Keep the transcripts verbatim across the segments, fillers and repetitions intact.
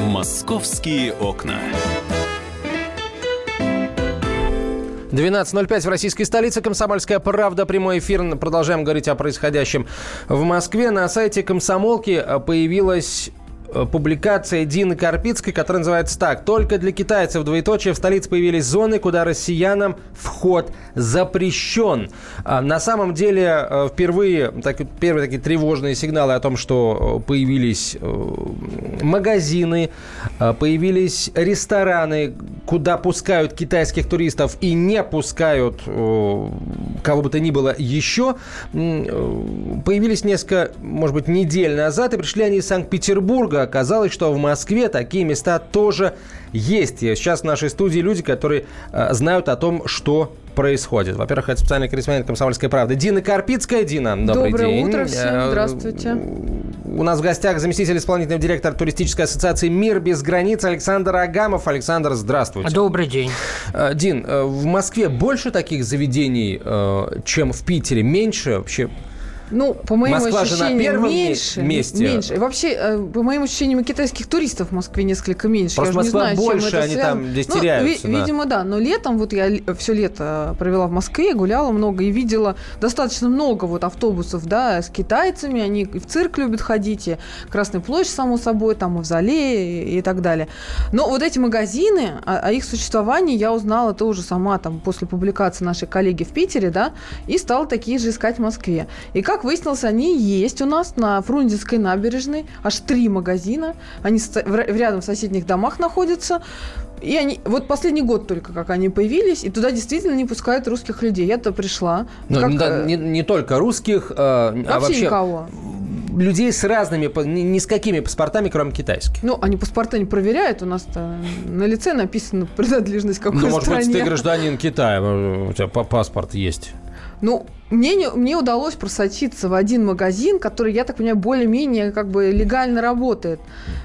«Московские окна». двенадцать ноль пять в российской столице. «Комсомольская правда». Прямой эфир. Продолжаем говорить о происходящем в Москве. На сайте «Комсомолки» появилась публикация Дины Карпицкой, которая называется так: «Только для китайцев, двоеточие, в столице появились зоны, куда россиянам вход запрещен». На самом деле, впервые так, первые такие тревожные сигналы о том, что появились магазины, появились рестораны, куда пускают китайских туристов и не пускают кого бы то ни было еще, появились несколько, может быть, недель назад, и пришли они из Санкт-Петербурга. Оказалось, что в Москве такие места тоже есть. И сейчас в нашей студии люди, которые э, знают о том, что происходит. Во-первых, это специальный корреспондент «Комсомольской правды» Дина Карпицкая. Дина, добрый Доброе день. Доброе утро всем. Здравствуйте. У нас в гостях заместитель исполнительного директора туристической ассоциации «Мир без границ» Александр Агамов. Александр, здравствуйте. Добрый день. Дин, в Москве больше таких заведений, чем в Питере? Меньше вообще? Ну, по моим Москва ощущениям, же на первом меньше, месте. меньше. И вообще, по моим ощущениям, и китайских туристов в Москве несколько меньше. Просто я уже Москва не знаю, больше, чем это они связано. там здесь ну, теряются. Ви- да. Видимо, да. Но летом, вот я все лето провела в Москве, гуляла много и видела достаточно много вот автобусов, да, с китайцами. Они в цирк любят ходить, и Красная площадь, само собой, там мавзолей и, и так далее. Но вот эти магазины, о, о их существовании я узнала тоже сама там после публикации нашей коллеги в Питере, да, и стала такие же искать в Москве. И как выяснилось, они есть у нас на Фрунзенской набережной. Аж три магазина. Они рядом в соседних домах находятся. И они, вот последний год только, как они появились, и туда действительно не пускают русских людей. Я туда пришла. Но, как, да, не, не только русских, а вообще, а вообще никого. Людей с разными, ни, ни с какими паспортами, кроме китайских. Ну, они паспорта не проверяют. У нас-то на лице написана принадлежность какой ну, стране. Ну, может быть, ты гражданин Китая, у тебя паспорт есть. Ну, мне, не, мне удалось просочиться в один магазин, который, я так понимаю, более-менее как бы легально работает.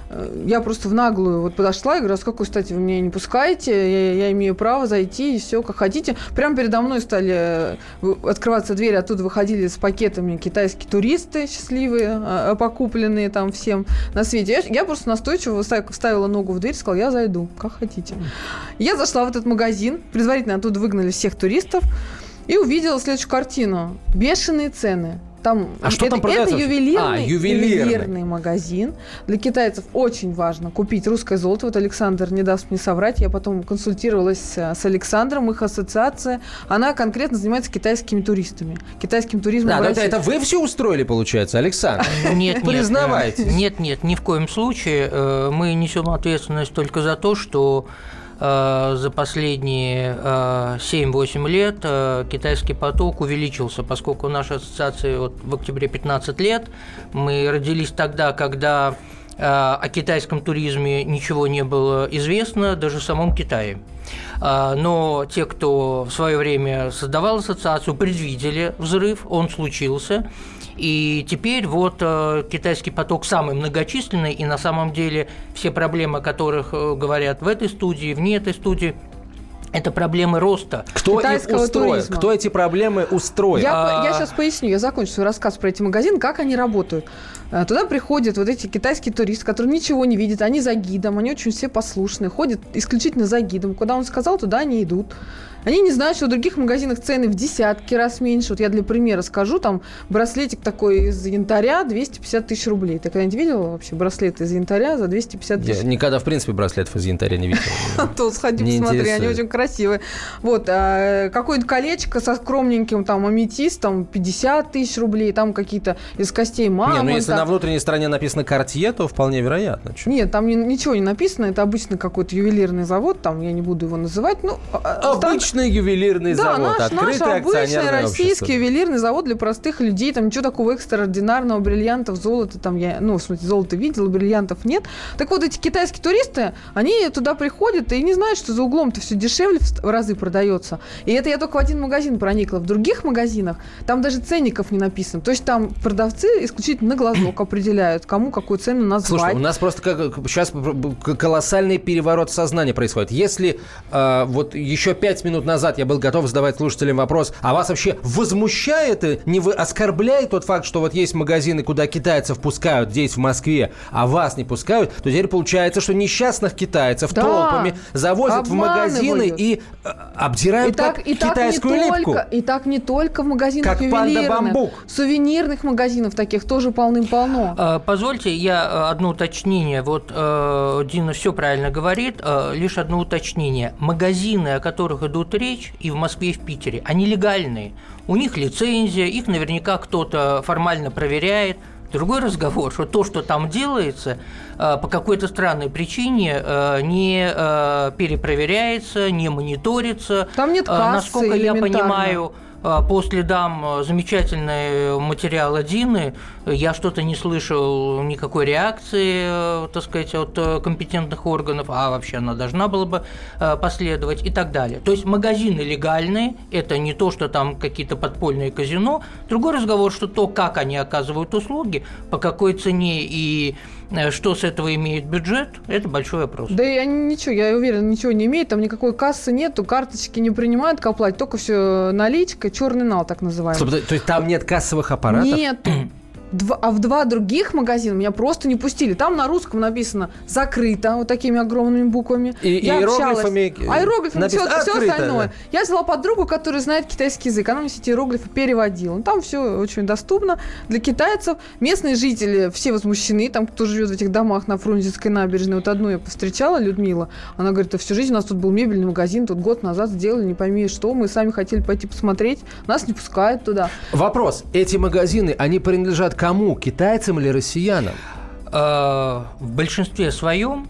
Я просто в наглую вот подошла и говорю: а с какой стати вы меня не пускаете? Я, я имею право зайти, и все, как хотите. Прямо передо мной стали открываться двери, оттуда выходили с пакетами китайские туристы счастливые, покупленные там всем на свете. Я, я просто настойчиво вставила ногу в дверь и сказала: я зайду, как хотите. Я зашла в этот магазин, предварительно оттуда выгнали всех туристов, и увидела следующую картину. Бешеные цены. Там, а что это, там продается? Это ювелирный, а, ювелирный. ювелирный магазин. Для китайцев очень важно купить русское золото. Вот Александр не даст мне соврать. Я потом консультировалась с Александром, их ассоциация. Она конкретно занимается китайскими туристами. Китайским туризмом. Да, это, это вы все устроили, получается, Александр? Нет, признавайтесь. Нет, нет, ни в коем случае. Мы несем ответственность только за то, что за последние семь-восемь лет китайский поток увеличился, поскольку наша ассоциация вот в октябре пятнадцать лет. Мы родились тогда, когда о китайском туризме ничего не было известно даже в самом Китае. Но те, кто в свое время создавал ассоциацию, предвидели взрыв, он случился. И теперь вот э, китайский поток самый многочисленный, и на самом деле все проблемы, о которых э, говорят в этой студии, вне этой студии, это проблемы роста Кто их устроит? Туризма. Кто эти проблемы устроит? Я, а... я сейчас поясню, я закончу свой рассказ про эти магазины, как они работают. Туда приходят вот эти китайские туристы, которые ничего не видят, они за гидом, они очень все послушные, ходят исключительно за гидом. Куда он сказал, туда они идут. Они не знают, что в других магазинах цены в десятки раз меньше. Вот я для примера скажу, там браслетик такой из янтаря двести пятьдесят тысяч рублей. Ты когда-нибудь видела вообще браслет из янтаря за двести пятьдесят тысяч? Я никогда, в принципе, браслетов из янтаря не видел. То сходи, посмотри, они очень красивые. Вот, какое-то колечко со скромненьким там аметистом пятьдесят тысяч рублей, там какие-то из костей мамонта. Не, ну если на внутренней стороне написано «Cartier», то вполне вероятно. Нет, там ничего не написано, это обычно какой-то ювелирный завод, там я не буду его называть. Обычный ювелирный да, завод, наш, открытый наш обычный акционерное российский общество. Ювелирный завод для простых людей, там ничего такого экстраординарного, бриллиантов, золота, там я, ну, в смысле, золото видела, бриллиантов нет. Так вот, эти китайские туристы, они туда приходят и не знают, что за углом-то все дешевле, дешевле в разы продается. И это я только в один магазин проникла. В других магазинах там даже ценников не написано. То есть там продавцы исключительно на глазок определяют, кому какую цену назвать. Слушай, у нас просто как, сейчас колоссальный переворот сознания происходит. Если э, вот еще пять минут назад я был готов задавать слушателям вопрос, а вас вообще возмущает, не вы, оскорбляет тот факт, что вот есть магазины, куда китайцев пускают здесь, в Москве, а вас не пускают, то теперь получается, что несчастных китайцев да, толпами завозят в магазины и э, обдирают и так, как и китайскую так липку. Только, и так не только в магазинах как ювелирных. Сувенирных магазинов таких тоже полным-полно. Позвольте, я одно уточнение. Вот Дина все правильно говорит, лишь одно уточнение. Магазины, о которых идут речь и в Москве, и в Питере, они легальные. У них лицензия, их наверняка кто-то формально проверяет. Другой разговор, что то, что там делается, по какой-то странной причине не перепроверяется, не мониторится. Там нет кассы, насколько я понимаю, по следам замечательного материала Дины я что-то не слышал никакой реакции, так сказать, от компетентных органов, а вообще она должна была бы последовать и так далее. То есть магазины легальные, это не то, что там какие-то подпольные казино. Другой разговор, что то, как они оказывают услуги, по какой цене и что с этого имеет бюджет, это большой вопрос. Да и они ничего, я уверена, ничего не имеют, там никакой кассы нету, карточки не принимают к оплате, только все наличка, черный нал так называемый. Стоп, то есть там нет кассовых аппаратов? Нет. Два, а в два других магазина меня просто не пустили. Там на русском написано «закрыто» вот такими огромными буквами. И, и иероглифами. А иероглифами, все, все остальное. Да. Я взяла подругу, которая знает китайский язык. Она мне все эти иероглифы переводила. Там все очень доступно для китайцев. Местные жители все возмущены. Там, кто живет в этих домах на Фрунзенской набережной. Вот одну я повстречала, Людмила. Она говорит, всю жизнь у нас тут был мебельный магазин. Тут год назад сделали, не пойми что. Мы сами хотели пойти посмотреть. Нас не пускают туда. Вопрос. Эти магазины, они принадлежат кому? Китайцам или россиянам? В большинстве своем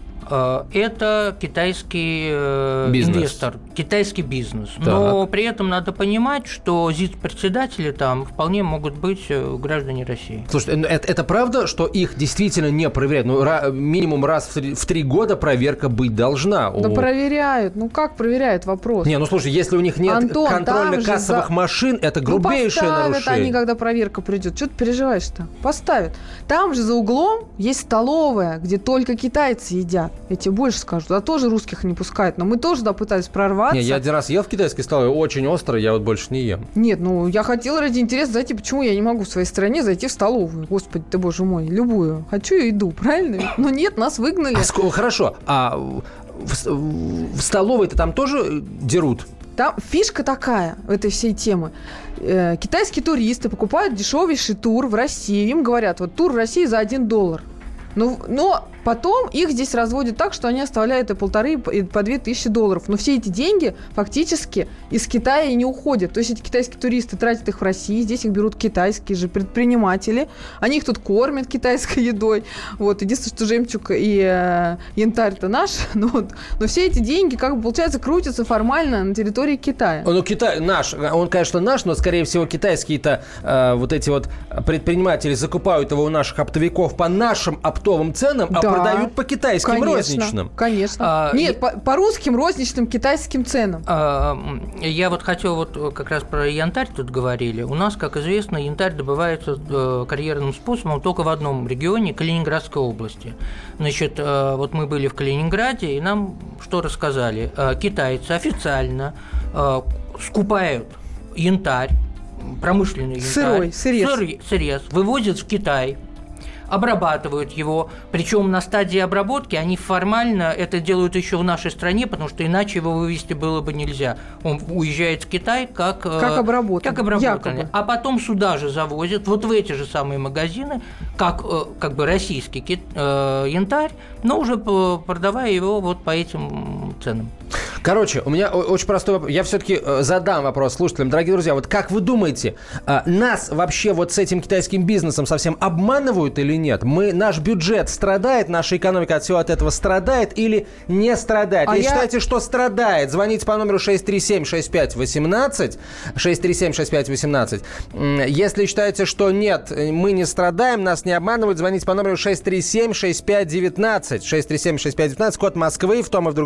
это китайский бизнес. инвестор, китайский бизнес. Так. Но при этом надо понимать, что зиц-председатели там вполне могут быть граждане России. Слушайте, это, это правда, что их действительно не проверяют? Ну, ра- минимум раз в три, в три года проверка быть должна. Да у... проверяют. Ну, как проверяют? Вопрос. Не, ну, слушай, если у них нет Антон, контрольно-кассовых за... машин, это грубейшее ну, поставят нарушение. Они, когда проверка придет. Что ты переживаешь-то? Поставят. Там же за углом есть столовая, где только китайцы едят. Я тебе больше скажу. Туда тоже русских не пускают. Но мы тоже туда пытались прорваться. Не, я один раз ел в китайской столовой, очень остро, я вот больше не ем. Нет, ну, я хотела ради интереса зайти. Почему я не могу в своей стране зайти в столовую? Господи ты, боже мой, любую. Хочу и иду, правильно? Но нет, нас выгнали. А ск- хорошо, а в, в столовой-то там тоже дерут? Там фишка такая в этой всей темы. Э, китайские туристы покупают дешевейший тур в России. Им говорят, вот тур в России за один доллар. Но, но потом их здесь разводят так, что они оставляют и полторы, и по две тысячи долларов. Но все эти деньги фактически из Китая и не уходят. То есть эти китайские туристы тратят их в России, здесь их берут китайские же предприниматели. Они их тут кормят китайской едой. Вот. Единственное, что жемчуг и э, янтарь-то наш. Но, вот, но все эти деньги, как бы, получается, крутятся формально на территории Китая. Ну, Китай наш. Он, конечно, наш, но, скорее всего, китайские-то э, вот эти вот предприниматели закупают его у наших оптовиков по нашим оптовым ценам, да. а продают по китайским конечно, розничным. Конечно. А, Нет, и... по, по русским розничным китайским ценам. А, я вот хотел, вот как раз про янтарь тут говорили. У нас, как известно, янтарь добывается э, карьерным способом только в одном регионе, Калининградской области. Значит, э, вот мы были в Калининграде, и нам что рассказали? Э, китайцы официально э, скупают янтарь, промышленный янтарь, сырой, сырец. Сыр, сырец, вывозят в Китай, обрабатывают его, причем на стадии обработки они формально это делают еще в нашей стране, потому что иначе его вывезти было бы нельзя. Он уезжает в Китай как, как обработанный, как обработанный. А потом сюда же завозят, вот в эти же самые магазины, как, как бы российский э, янтарь, но уже продавая его вот по этим ценам. Короче, у меня очень простой вопрос. Я все-таки задам вопрос слушателям. Дорогие друзья, вот как вы думаете, нас вообще вот с этим китайским бизнесом совсем обманывают или нет? Мы, наш бюджет страдает, наша экономика от всего от этого страдает или не страдает? А Если я... считаете, что страдает, звоните по номеру шесть три семь шесть пять восемнадцать. шесть три семь шесть пять восемнадцать. Если считаете, что нет, мы не страдаем, нас не обманывают, звоните по номеру шесть три семь шесть пять девятнадцать. шесть три семь шесть пять девятнадцать, код Москвы, в том и в другом случае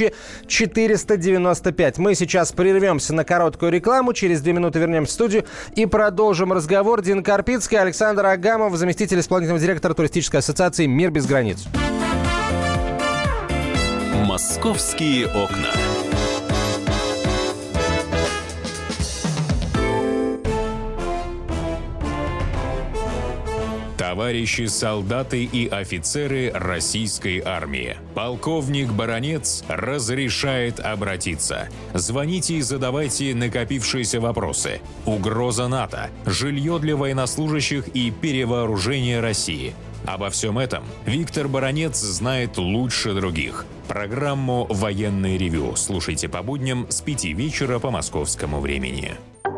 тысячи четыреста девяносто пять. Мы сейчас прервемся на короткую рекламу. Через две минуты вернемся в студию и продолжим разговор. Дина Карпицкая, Александр Агамов, заместитель исполнительного директора туристической ассоциации «Мир без границ». «Московские окна». Товарищи солдаты и офицеры российской армии. Полковник Баранец разрешает обратиться. Звоните и задавайте накопившиеся вопросы. Угроза НАТО, жилье для военнослужащих и перевооружение России. Обо всем этом Виктор Баранец знает лучше других. Программу «Военный ревю» слушайте по будням с пяти вечера по московскому времени.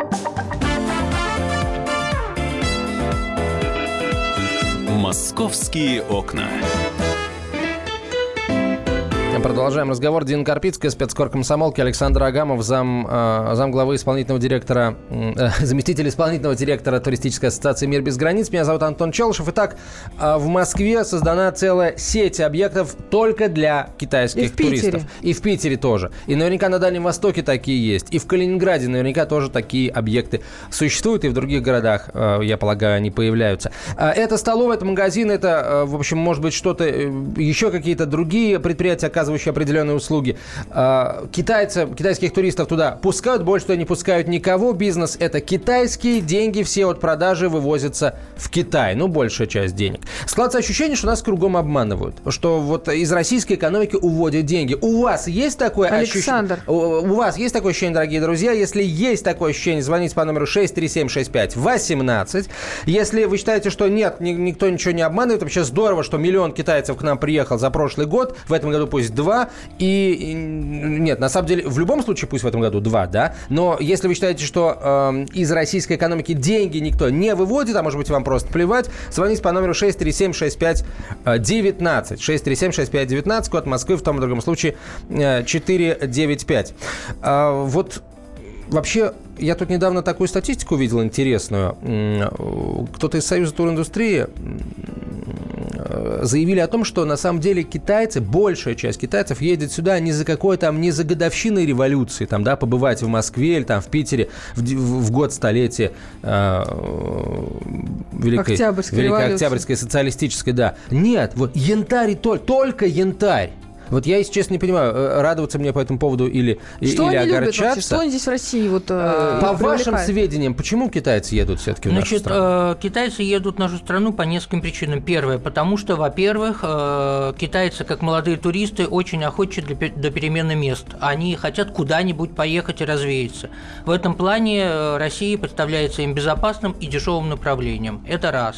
«Московские окна». Продолжаем разговор. Дина Карпицкая, спецкор комсомолки, Александр Агамов, зам, э, замглавы исполнительного директора, э, заместитель исполнительного директора туристической ассоциации «Мир без границ». Меня зовут Антон Челышев. Итак, э, в Москве создана целая сеть объектов только для китайских и в Питере. туристов. И в Питере тоже. И наверняка на Дальнем Востоке такие есть. И в Калининграде наверняка тоже такие объекты существуют. И в других городах, э, я полагаю, они появляются. Э, это столовая, это магазин, это, э, в общем, может быть, что-то, э, еще какие-то другие предприятия, оказывающие определенные услуги. Китайцы, китайских туристов туда пускают, больше туда не пускают никого. Бизнес – это китайские, деньги все от продажи вывозятся в Китай. Ну, большая часть денег. Складывается ощущение, что нас кругом обманывают. Что вот из российской экономики уводят деньги. У вас есть такое Александр. ощущение? У вас есть такое ощущение, дорогие друзья? Если есть такое ощущение, звоните по номеру шесть три семь шесть пять восемнадцать. Если вы считаете, что нет, никто ничего не обманывает, вообще здорово, что миллион китайцев к нам приехал за прошлый год. В этом году пусть два. И, и нет, на самом деле, в любом случае, пусть в этом году два, да, но если вы считаете, что э, из российской экономики деньги никто не выводит, а может быть, вам просто плевать, звоните по номеру шесть три семь шесть пять девятнадцать. шесть три семь шесть пять девятнадцать, код Москвы, в том и другом случае э, четыре девять пять. Э, вот вообще, я тут недавно такую статистику увидел интересную. Кто-то из Союза туриндустрии заявили о том, что на самом деле китайцы, большая часть китайцев едет сюда не за какой там, не за годовщиной революции, там, да, побывать в Москве или там в Питере в, в, в год столетия э, Великой, Октябрьской, Великой Октябрьской социалистической, да. Нет, вот янтарь и только, только янтарь. Вот я, если честно, не понимаю, радоваться мне по этому поводу или, что или они огорчаться. Любят вообще? Что они здесь в России вот, э, по вашим сведениям, почему китайцы едут все-таки в нашу Значит, страну? Э, китайцы едут в нашу страну по нескольким причинам. Первое, потому что, во-первых, э, китайцы, как молодые туристы, очень охочи для, до перемены мест. Они хотят куда-нибудь поехать и развеяться. В этом плане э, Россия представляется им безопасным и дешевым направлением. Это раз.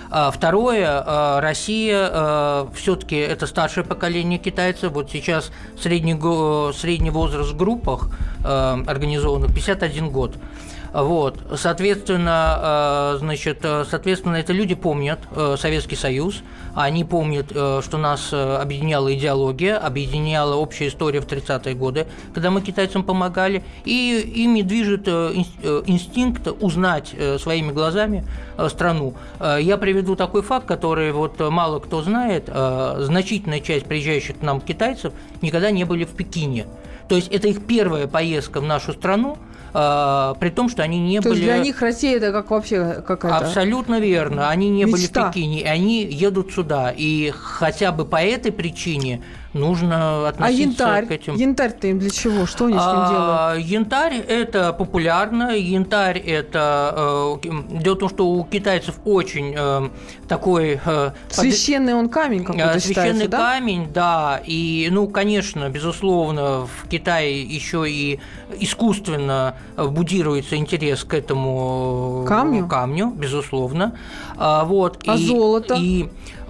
Второе, Россия все-таки это старшее поколение китайцев. Вот сейчас средний, средний возраст в группах организованных пятьдесят один год. Вот, соответственно, значит, соответственно, это люди помнят Советский Союз, они помнят, что нас объединяла идеология, объединяла общая история в тридцатые годы, когда мы китайцам помогали, и ими движет инстинкт узнать своими глазами страну. Я приведу такой факт, который вот мало кто знает. Значительная часть приезжающих к нам китайцев никогда не были в Пекине. То есть это их первая поездка в нашу страну, при том, что они не То были... есть для них Россия это как вообще какая-то... Абсолютно верно. Они не мечта. были в Пекине, и они едут сюда. И хотя бы по этой причине нужно относиться а янтарь? к этим... Янтарь-то им для чего? Что они с ним а, делают? Янтарь – это популярно. Янтарь – это… Э, дело в том, что у китайцев очень э, такой… Э, священный он камень какой-то Священный считается, да? камень, да. И, ну, конечно, безусловно, в Китае еще и искусственно будируется интерес к этому камню, камню безусловно. А, вот, а и, золото? И,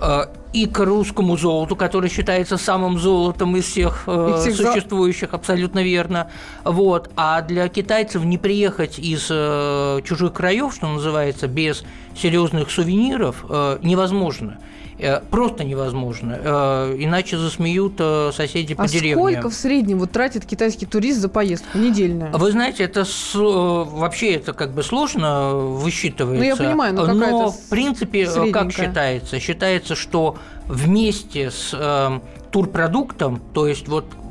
и к русскому золоту, который считается самым золотом из всех, из всех существующих, за... абсолютно верно. Вот. А для китайцев не приехать из э, чужих краев, что называется, без серьезных сувениров э, невозможно. Просто невозможно, иначе засмеют соседи по а деревне. А сколько в среднем вот тратит китайский турист за поездку недельную? Вы знаете, это с... вообще это как бы сложно высчитывается. Ну, я понимаю, но какая-то но в принципе, как считается? Считается, что вместе с э, турпродуктом, то есть вот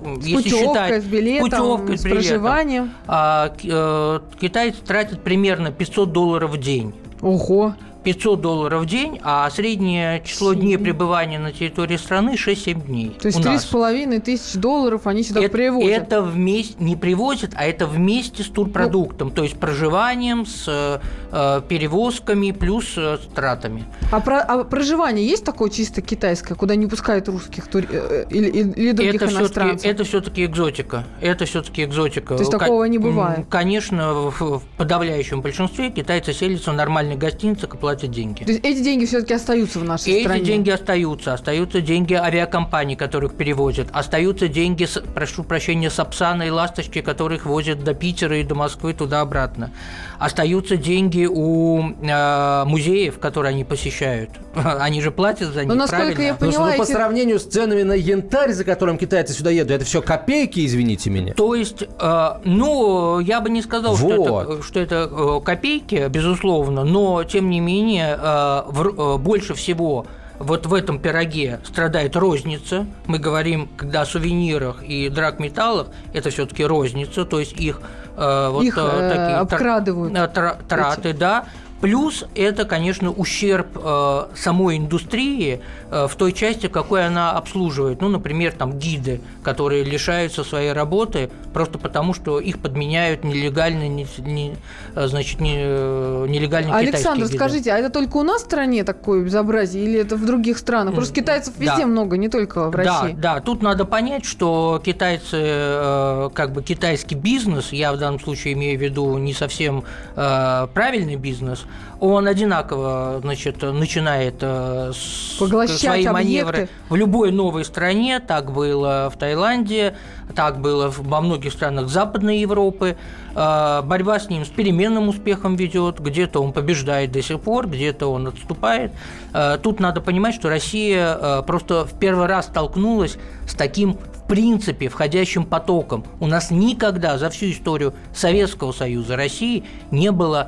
С если путевкой, считать, с билетом, путевкой, с проживанием. А, э, китайцы тратят примерно пятьсот долларов в день. Ого. пятьсот долларов в день, а среднее число дней пребывания на территории страны шесть-семь дней. То есть три с половиной тысячи долларов они сюда это, привозят? Это вместе, не привозят, а это вместе с турпродуктом, ну, то есть проживанием, с э, перевозками, плюс э, с тратами. А, про, а проживание есть такое чисто китайское, куда не пускают русских тури... или, или других это иностранцев? Все-таки, это все-таки экзотика. Это все-таки экзотика. То есть такого не бывает? Конечно, в, в подавляющем большинстве китайцы селятся в нормальной гостинице и платят деньги. То есть эти деньги все-таки остаются в нашей эти стране? Эти деньги остаются. Остаются деньги авиакомпаний, которых перевозят. Остаются деньги, прошу прощения, Сапсана и Ласточки, которых возят до Питера и до Москвы туда-обратно. Остаются деньги у э, музеев, которые они посещают. Они же платят за них, но, насколько правильно? я поняла, но, эти... по сравнению с ценами на янтарь, за которым китайцы сюда едут, это все копейки, извините меня. То есть, э, ну, я бы не сказал, вот. что это, что это э, копейки, безусловно, но, тем не менее, э, в, э, больше всего вот в этом пироге страдает розница. Мы говорим, когда о сувенирах и драгметаллах, это все-таки розница, то есть их, э, вот, их э, такие обкрадывают. Тр, траты, эти. Да. Плюс это, конечно, ущерб э, самой индустрии э, в той части, какой она обслуживает. Ну, например, там гиды, которые лишаются своей работы просто потому, что их подменяют нелегально, не, не, значит, не, нелегальные Александр, китайские гиды. скажите, а это только у нас в стране такое безобразие или это в других странах? Просто китайцев везде да. много, не только в России. Да, да, тут надо понять, что китайцы, э, как бы китайский бизнес, я в данном случае имею в виду не совсем э, правильный бизнес, он одинаково, значит, начинает э, свои маневры объекты. В любой новой стране. Так было в Таиланде, так было во многих странах Западной Европы. Э, борьба с ним с переменным успехом ведет. Где-то он побеждает до сих пор, где-то он отступает. Э, тут надо понимать, что Россия э, просто в первый раз столкнулась с таким в принципе входящим потоком. У нас никогда за всю историю Советского Союза России не было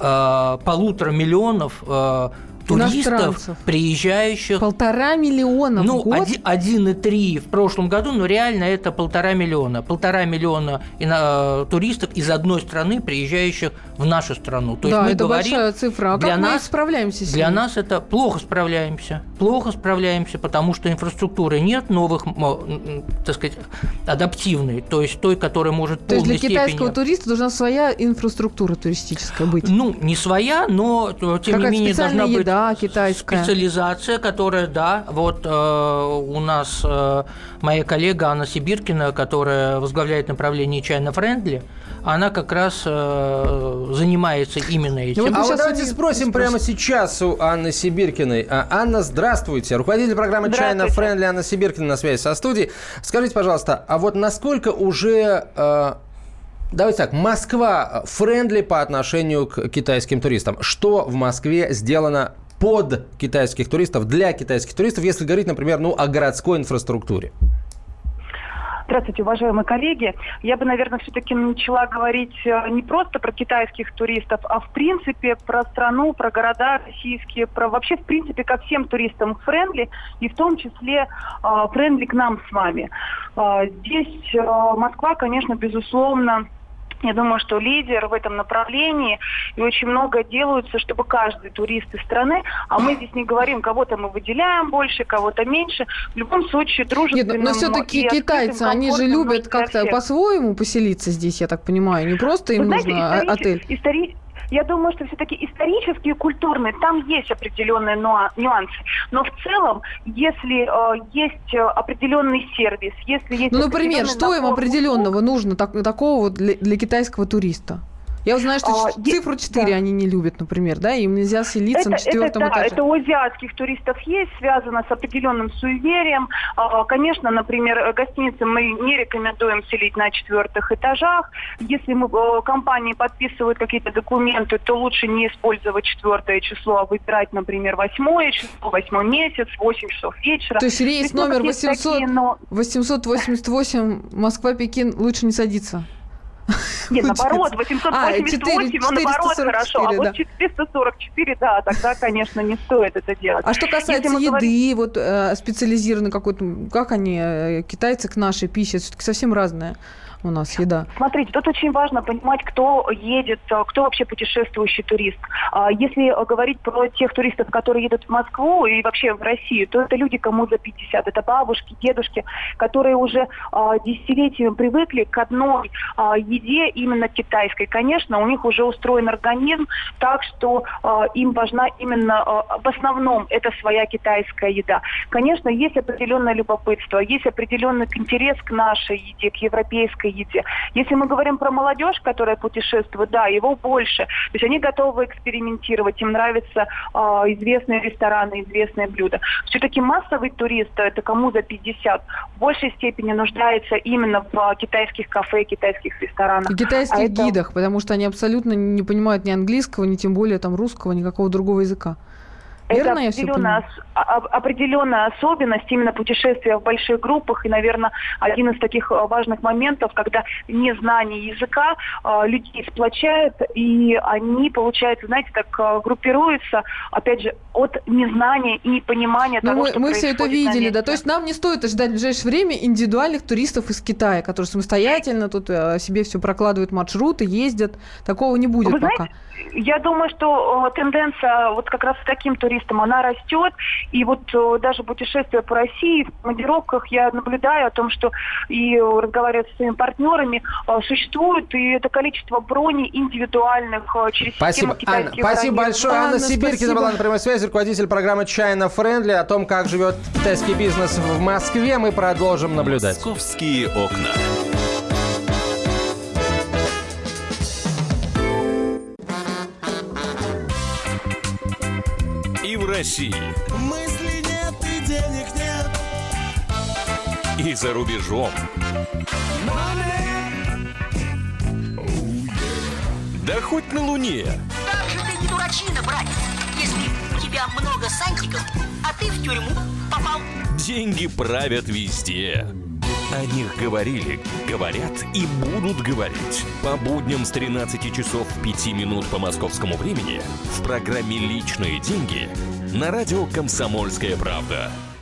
полутора миллионов э, туристов, приезжающих. Полтора миллиона в ну, год? один и три в прошлом году, но реально это полтора миллиона. Полтора миллиона ино- туристов из одной страны, приезжающих в нашу страну. То да, есть мы это говорим, большая цифра. А для как нас, мы справляемся с ним? Для нас это плохо справляемся. Плохо справляемся, потому что инфраструктуры нет новых, так сказать, адаптивной, то есть той, которая может То есть для степени... китайского туриста должна своя инфраструктура туристическая быть? Ну, не своя, но тем Какая не менее должна быть еда китайская. Специализация, которая, да, вот э, у нас э, моя коллега Анна Сибиркина, которая возглавляет направление China Friendly, она как раз э, занимается именно этим. Вот а вот давайте спросим прямо сейчас у Анны Сибиркиной. А, Анна, здравствуйте. Руководитель программы China Friendly Анна Сибиркина на связи со студией. Скажите, пожалуйста, а вот насколько уже... Э, Давайте так, Москва френдли по отношению к китайским туристам. Что в Москве сделано под китайских туристов, для китайских туристов, если говорить, например, ну, о городской инфраструктуре? Здравствуйте, уважаемые коллеги. Я бы, наверное, все-таки начала говорить не просто про китайских туристов, а в принципе про страну, про города российские, про вообще в принципе ко всем туристам френдли, и в том числе френдли к нам с вами. Здесь Москва, конечно, безусловно, я думаю, что лидер в этом направлении, и очень много делается, чтобы каждый турист из страны, а мы здесь не говорим, кого-то мы выделяем больше, кого-то меньше, в любом случае дружественным. Нет, но все-таки китайцы, они же любят как-то по-своему поселиться здесь, я так понимаю, не просто им Вы нужно знаете, отель. Истори... Я думаю, что все-таки исторические и культурные, там есть определенные нюансы. Но в целом, если э, есть определенный сервис, если есть... Ну, например, что им определенного услуг, нужно так, такого вот для, для китайского туриста? Я узнаю, что а, цифру четыре да. они не любят, например, да, им нельзя селиться это, на четвертом это, этаже. Да, это у азиатских туристов есть, связано с определенным суеверием. Конечно, например, гостиницы мы не рекомендуем селить на четвертых этажах. Если мы, компании подписывают какие-то документы, то лучше не использовать четвертое число, а выбирать, например, восьмое число, восьмой месяц, восемь часов вечера. То есть рейс То номер восемьсот, такие, но... восемьсот восемьдесят восемь Москва-Пекин лучше не садиться? Нет, наоборот, восемьсот восемьдесят восемь, он наоборот хорошо, а вот четыреста сорок четыре, да, тогда, конечно, не стоит это делать. А что касается еды, говорим... вот э, специализированной какой-то, как они, э, китайцы к нашей пище, все-таки совсем разная у нас еда. Смотрите, тут очень важно понимать, кто едет, кто вообще путешествующий турист. Если говорить про тех туристов, которые едут в Москву и вообще в Россию, то это люди, кому за пятьдесят. Это бабушки, дедушки, которые уже десятилетиями привыкли к одной еде, именно китайской. Конечно, у них уже устроен организм так, что им важна именно в основном это своя китайская еда. Конечно, есть определенное любопытство, есть определенный интерес к нашей еде, к европейской еде. Если мы говорим про молодежь, которая путешествует, да, его больше. То есть они готовы экспериментировать, им нравятся э, известные рестораны, известные блюда. Все-таки массовый турист, это кому за пятьдесят, в большей степени нуждается именно в китайских кафе, китайских ресторанах. И китайских а гидах, это... потому что они абсолютно не понимают ни английского, ни тем более там русского, никакого другого языка. Верно, это определенная, ос- определенная особенность именно путешествия в больших группах. И, наверное, один из таких важных моментов, когда незнание языка э, людей сплочает, и они, получается, знаете, так э, группируются, опять же, от незнания и непонимания Но того, мы, что мы происходит все это видели, на да. То есть нам не стоит ждать в ближайшее время индивидуальных туристов из Китая, которые самостоятельно тут э, себе все прокладывают маршруты, ездят. Такого не будет Вы пока. Знаете, я думаю, что э, тенденция вот как раз с таким туристом, она растет. И вот э, даже путешествия по России, в командировках я наблюдаю о том, что и разговариваю со своими партнерами, э, существует и это количество броней индивидуальных э, через спасибо, систему китайских Анна, спасибо большое. Анна, Анна Сибиркина спасибо. была на прямой связи, руководитель программы China Friendly. О том, как живет китайский бизнес в Москве, мы продолжим наблюдать. Московские окна. И в России. Мысли нет и денег нет. И за рубежом. Да хоть на Луне. Как же ты не дурачина, братец, если у тебя много сантиков, а ты в тюрьму попал. Деньги правят везде. О них говорили, говорят и будут говорить. По будням с тринадцати часов пяти минут по московскому времени в программе «Личные деньги» на радио «Комсомольская правда».